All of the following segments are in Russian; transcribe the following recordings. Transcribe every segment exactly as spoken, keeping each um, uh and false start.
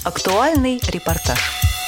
Актуальный репортаж.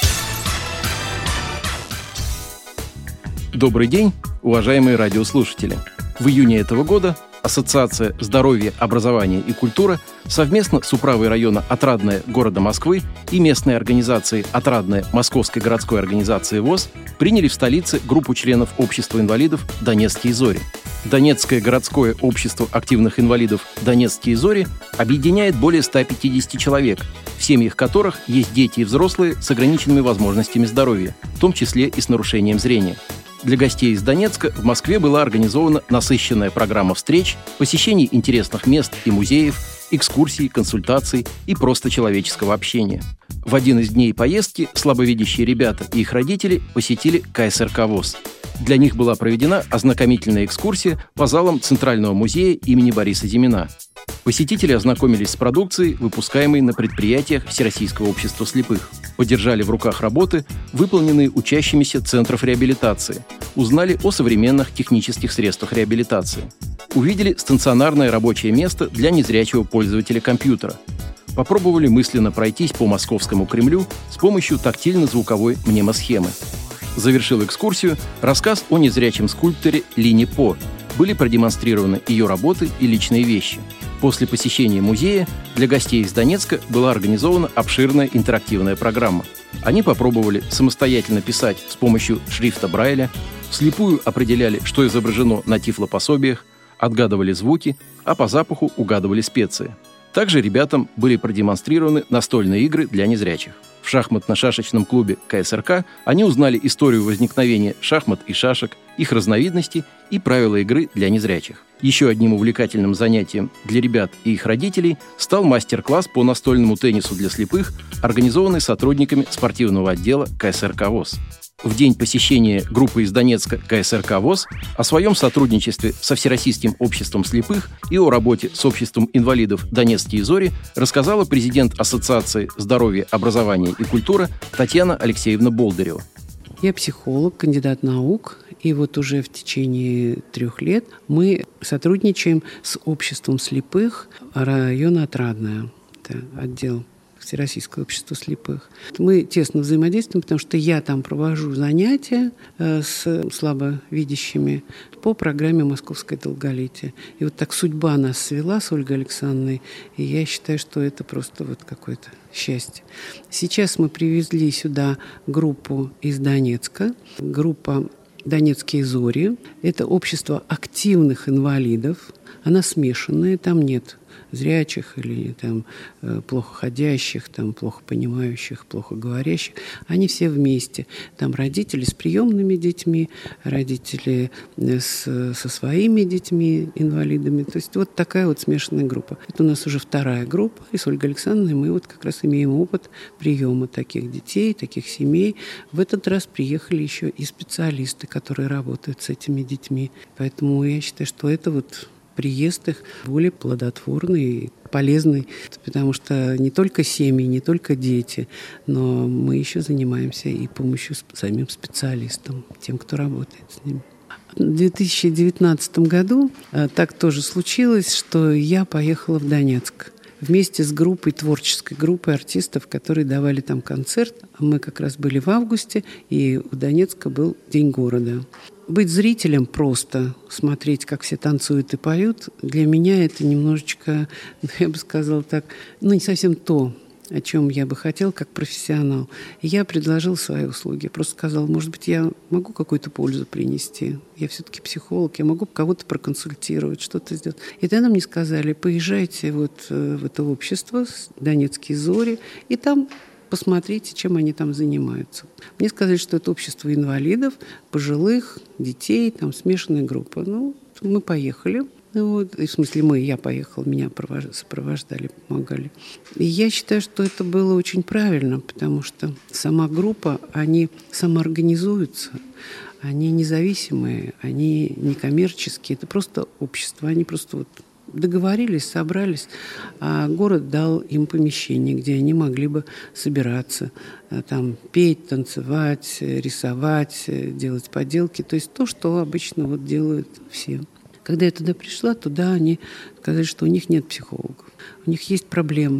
Добрый день, уважаемые радиослушатели! В июне этого года Ассоциация «Здоровье, образование и культура» совместно с управой района Отрадное города Москвы и местной организацией Отрадное Московской городской организации ВОС приняли в столице группу членов Общества инвалидов «Донецкие зори». Донецкое городское общество активных инвалидов «Донецкие зори» объединяет более ста пятидесяти человек, в семьях которых есть дети и взрослые с ограниченными возможностями здоровья, в том числе и с нарушением зрения. Для гостей из Донецка в Москве была организована насыщенная программа встреч, посещений интересных мест и музеев, экскурсий, консультаций и просто человеческого общения. В один из дней поездки слабовидящие ребята и их родители посетили ка эс эр ка ВОС. Для них была проведена ознакомительная экскурсия по залам Центрального музея имени Бориса Зимина. Посетители ознакомились с продукцией, выпускаемой на предприятиях Всероссийского общества слепых, подержали в руках работы, выполненные учащимися центров реабилитации, узнали о современных технических средствах реабилитации, увидели стационарное рабочее место для незрячего пользователя компьютера, попробовали мысленно пройтись по Московскому Кремлю с помощью тактильно-звуковой мнемосхемы. Завершил экскурсию рассказ о незрячем скульпторе Лине По. Были продемонстрированы ее работы и личные вещи. После посещения музея для гостей из Донецка была организована обширная интерактивная программа. Они попробовали самостоятельно писать с помощью шрифта Брайля, вслепую определяли, что изображено на тифлопособиях, отгадывали звуки, а по запаху угадывали специи. Также ребятам были продемонстрированы настольные игры для незрячих. В шахматно-шашечном клубе ка эс эр ка они узнали историю возникновения шахмат и шашек, их разновидности и правила игры для незрячих. Еще одним увлекательным занятием для ребят и их родителей стал мастер-класс по настольному теннису для слепых, организованный сотрудниками спортивного отдела ка эс эр ка ВОС. В день посещения группы из Донецка ка эс эр ка ВОС о своем сотрудничестве со Всероссийским обществом слепых и о работе с обществом инвалидов «Донецкие зори» рассказала президент Ассоциации «Здоровье, образование и культура» Татьяна Алексеевна Болдырева. Я психолог, кандидат наук, и вот уже в течение трех лет мы сотрудничаем с обществом слепых района Отрадное. Это отдел Всероссийского общества слепых. Мы тесно взаимодействуем, потому что я там провожу занятия с слабовидящими по программе «Московское долголетие». И вот так судьба нас свела с Ольгой Александровной, и я считаю, что это просто вот какое-то счастье. Сейчас мы привезли сюда группу из Донецка, группа «Донецкие зори». Это общество активных инвалидов. Она смешанная, там нет зрячих или там плохо ходящих, там плохо понимающих, плохо говорящих. Они все вместе. Там родители с приемными детьми, родители с, со своими детьми, инвалидами. То есть вот такая вот смешанная группа. Это у нас уже вторая группа. И с Ольгой Александровной мы вот как раз имеем опыт приема таких детей, таких семей. В этот раз приехали еще и специалисты, которые работают с этими детьми. Поэтому я считаю, что это вот приезд их более плодотворный и полезный, потому что не только семьи, не только дети, но мы еще занимаемся и помощью самим специалистам, тем, кто работает с ними. В две тысячи девятнадцатом году так тоже случилось, что я поехала в Донецк вместе с группой, творческой группой артистов, которые давали там концерт. Мы как раз были в августе, и у Донецка был День города. Быть зрителем просто, смотреть, как все танцуют и поют, для меня это немножечко, я бы сказала так, ну, не совсем то, о чем я бы хотела как профессионал. И я предложила свои услуги. Я просто сказала, может быть, я могу какую-то пользу принести. Я все-таки психолог, я могу кого-то проконсультировать, что-то сделать. И тогда мне сказали, поезжайте вот в это общество, Донецкие зори, и там посмотрите, чем они там занимаются. Мне сказали, что это общество инвалидов, пожилых, детей, там смешанная группа. Ну, мы поехали. Вот, в смысле, мы, я поехала, меня сопровождали, помогали. И я считаю, что это было очень правильно, потому что сама группа, они самоорганизуются, они независимые, они некоммерческие, это просто общество, они просто вот договорились, собрались, а город дал им помещение, где они могли бы собираться, там, петь, танцевать, рисовать, делать поделки, то есть то, что обычно вот делают все. Когда я туда пришла, туда они сказали, что у них нет психологов, у них есть проблемы.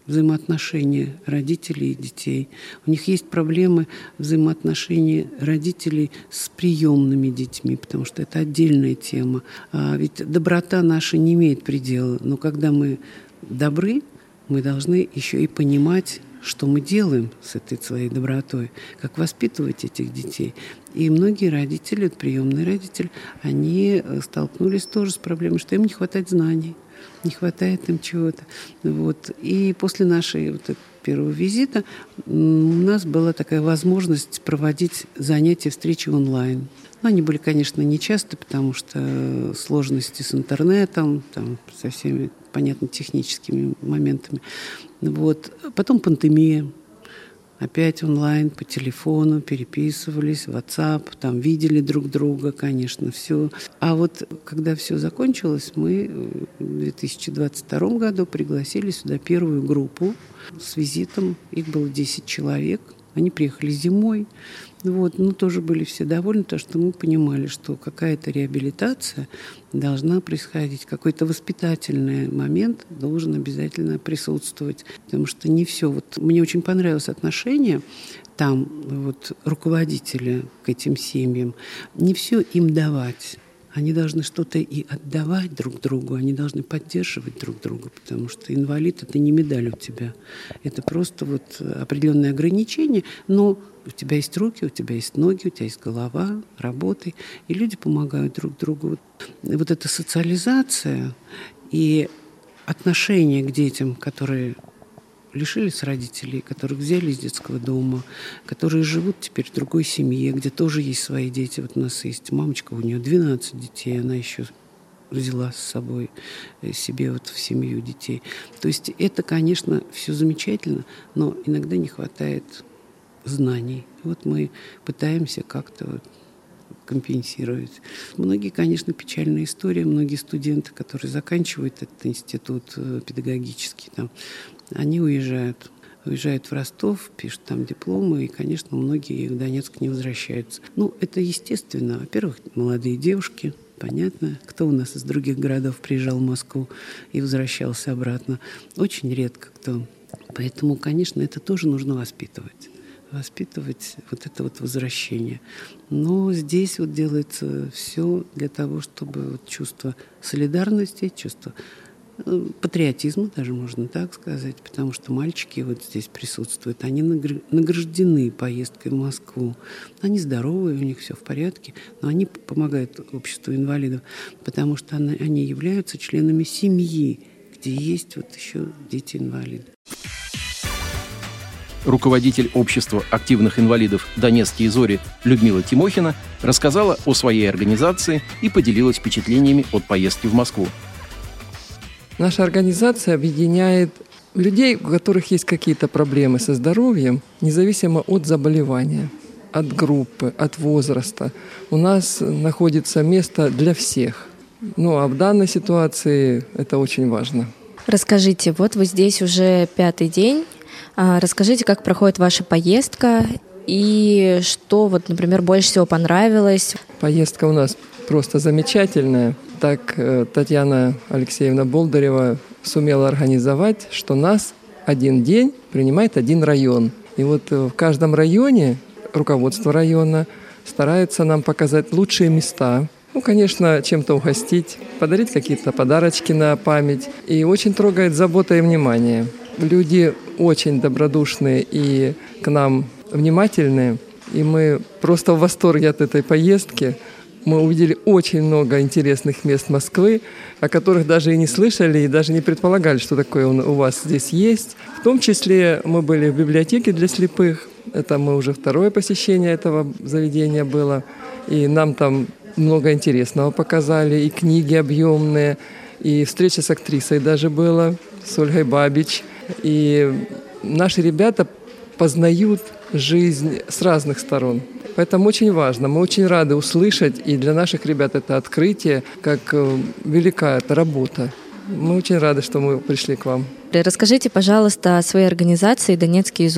взаимоотношения родителей и детей. У них есть проблемы взаимоотношений родителей с приемными детьми, потому что это отдельная тема. А ведь доброта наша не имеет предела. Но когда мы добры, мы должны еще и понимать, что мы делаем с этой своей добротой, как воспитывать этих детей. И многие родители, приемные родители, они столкнулись тоже с проблемой, что им не хватает знаний, не хватает им чего-то. Вот. И после нашей вот первого визита у нас была такая возможность проводить занятия, встречи онлайн. Но они были, конечно, нечасты, потому что сложности с интернетом, там, со всеми, понятно, техническими моментами. Вот. Потом пандемия. Опять онлайн, по телефону переписывались, в WhatsApp, там видели друг друга, конечно, все. А вот когда все закончилось, мы в две тысячи двадцать втором году пригласили сюда первую группу с визитом. Их было десять человек. Они приехали зимой. Вот, ну, тоже были все довольны, потому что мы понимали, что какая-то реабилитация должна происходить, какой-то воспитательный момент должен обязательно присутствовать, потому что не все. Вот мне очень понравилось отношение там вот руководителя к этим семьям, не все им давать. Они должны что-то и отдавать друг другу, они должны поддерживать друг друга, потому что инвалид – это не медаль у тебя. Это просто вот определенные ограничения, но у тебя есть руки, у тебя есть ноги, у тебя есть голова, работай, и люди помогают друг другу. Вот эта социализация и отношение к детям, которые лишились родителей, которых взяли из детского дома, которые живут теперь в другой семье, где тоже есть свои дети. Вот у нас есть мамочка, у нее двенадцать детей, она еще взяла с собой себе вот в семью детей. То есть это, конечно, все замечательно, но иногда не хватает знаний. Вот мы пытаемся как-то вот компенсировать. Многие, конечно, печальные истории. Многие студенты, которые заканчивают этот институт педагогический, там, они уезжают. Уезжают в Ростов, пишут там дипломы, и, конечно, многие в Донецк не возвращаются. Ну, это естественно. Во-первых, молодые девушки, понятно. Кто у нас из других городов приезжал в Москву и возвращался обратно? Очень редко кто. Поэтому, конечно, это тоже нужно воспитывать. Воспитывать вот это вот возвращение. Но здесь вот делается все для того, чтобы вот чувство солидарности, чувство патриотизма, даже можно так сказать, потому что мальчики вот здесь присутствуют, они награждены поездкой в Москву. Они здоровые, у них все в порядке, но они помогают обществу инвалидов, потому что они являются членами семьи, где есть вот еще дети-инвалиды. Руководитель общества активных инвалидов «Донецкие зори» Людмила Тимохина рассказала о своей организации и поделилась впечатлениями от поездки в Москву. Наша организация объединяет людей, у которых есть какие-то проблемы со здоровьем, независимо от заболевания, от группы, от возраста. У нас находится место для всех. Ну а в данной ситуации это очень важно. Расскажите, вот вы здесь уже пятый день. Расскажите, как проходит ваша поездка и что, вот, например, больше всего понравилось? Поездка у нас просто замечательная. Так Татьяна Алексеевна Болдырева сумела организовать, что нас один день принимает один район. И вот в каждом районе руководство района старается нам показать лучшие места. Ну, конечно, чем-то угостить, подарить какие-то подарочки на память. И очень трогает забота и внимание. Люди очень добродушные и к нам внимательные. И мы просто в восторге от этой поездки. Мы увидели очень много интересных мест Москвы, о которых даже и не слышали, и даже не предполагали, что такое у вас здесь есть. В том числе мы были в библиотеке для слепых. Это мы уже второе посещение этого заведения было. И нам там много интересного показали, и книги объемные, и встреча с актрисой даже была, с Ольгой Бабич. И наши ребята познают жизнь с разных сторон. Поэтому очень важно. Мы очень рады услышать, и для наших ребят это открытие, как велика эта работа. Мы очень рады, что мы пришли к вам. Расскажите, пожалуйста, о своей организации «Донецкие зори».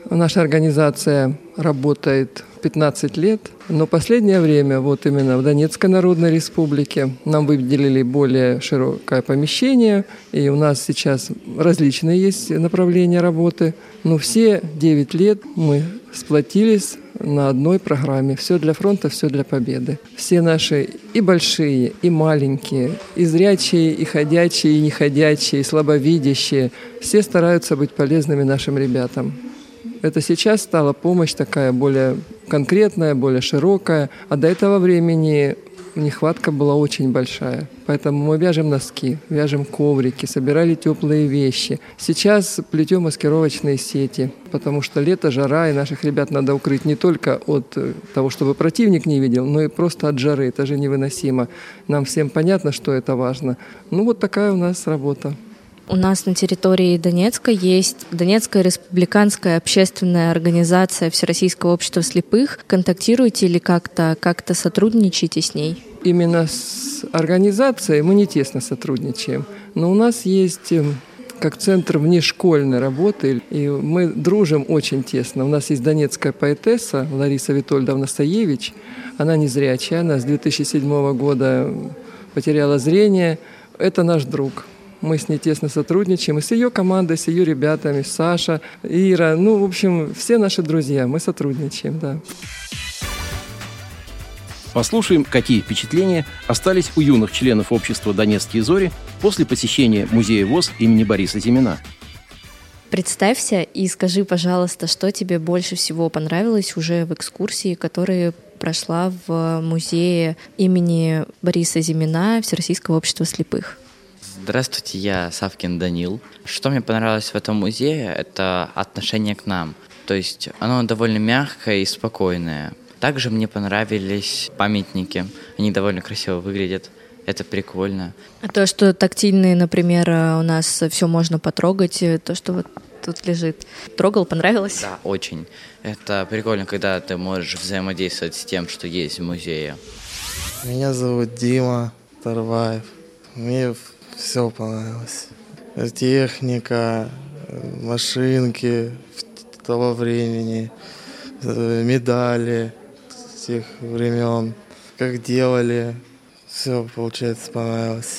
Наша организация работает пятнадцать лет, но последнее время вот именно в Донецкой Народной Республике нам выделили более широкое помещение, и у нас сейчас различные есть направления работы, но все девять лет мы сплотились на одной программе. Все для фронта, все для победы. Все наши и большие, и маленькие, и зрячие, и ходячие, и неходячие, и слабовидящие, все стараются быть полезными нашим ребятам. Это сейчас стала помощь такая более конкретная, более широкая, а до этого времени нехватка была очень большая. Поэтому мы вяжем носки, вяжем коврики, собирали теплые вещи. Сейчас плетем маскировочные сети, потому что лето, жара, и наших ребят надо укрыть не только от того, чтобы противник не видел, но и просто от жары. Это же невыносимо. Нам всем понятно, что это важно. Ну вот такая у нас работа. У нас на территории Донецка есть Донецкая республиканская общественная организация Всероссийского общества слепых. Контактируете ли как-то, как-то сотрудничаете с ней? Именно с организацией мы не тесно сотрудничаем, но у нас есть как центр внешкольной работы, и мы дружим очень тесно. У нас есть донецкая поэтесса Лариса Витольдовна Саевич. Она незрячая, она с две тысячи седьмого года потеряла зрение. Это наш друг. Мы с ней тесно сотрудничаем, и с ее командой, с ее ребятами, Саша, Ира. Ну, в общем, все наши друзья, мы сотрудничаем, да. Послушаем, какие впечатления остались у юных членов общества «Донецкие зори» после посещения музея ВОС имени Бориса Зимина. Представься и скажи, пожалуйста, что тебе больше всего понравилось уже в экскурсии, которая прошла в музее имени Бориса Зимина Всероссийского общества слепых. Здравствуйте, я Савкин Данил. Что мне понравилось в этом музее, это отношение к нам. То есть оно довольно мягкое и спокойное. Также мне понравились памятники. Они довольно красиво выглядят. Это прикольно. А то, что тактильные, например, у нас все можно потрогать, то, что вот тут лежит. Трогал, понравилось? Да, очень. Это прикольно, когда ты можешь взаимодействовать с тем, что есть в музее. Меня зовут Дима Тарваев. Мне все понравилось. Техника, машинки того времени, медали тех времен, как делали. Все, получается, понравилось.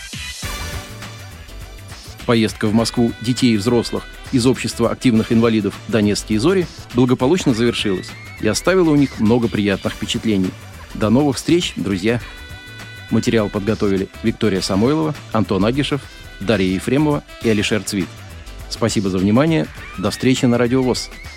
Поездка в Москву детей и взрослых из общества активных инвалидов «Донецкие зори» благополучно завершилась и оставила у них много приятных впечатлений. До новых встреч, друзья! Материал подготовили Виктория Самойлова, Антон Агишев, Дарья Ефремова и Алишер Цвит. Спасибо за внимание. До встречи на Радио ВОС.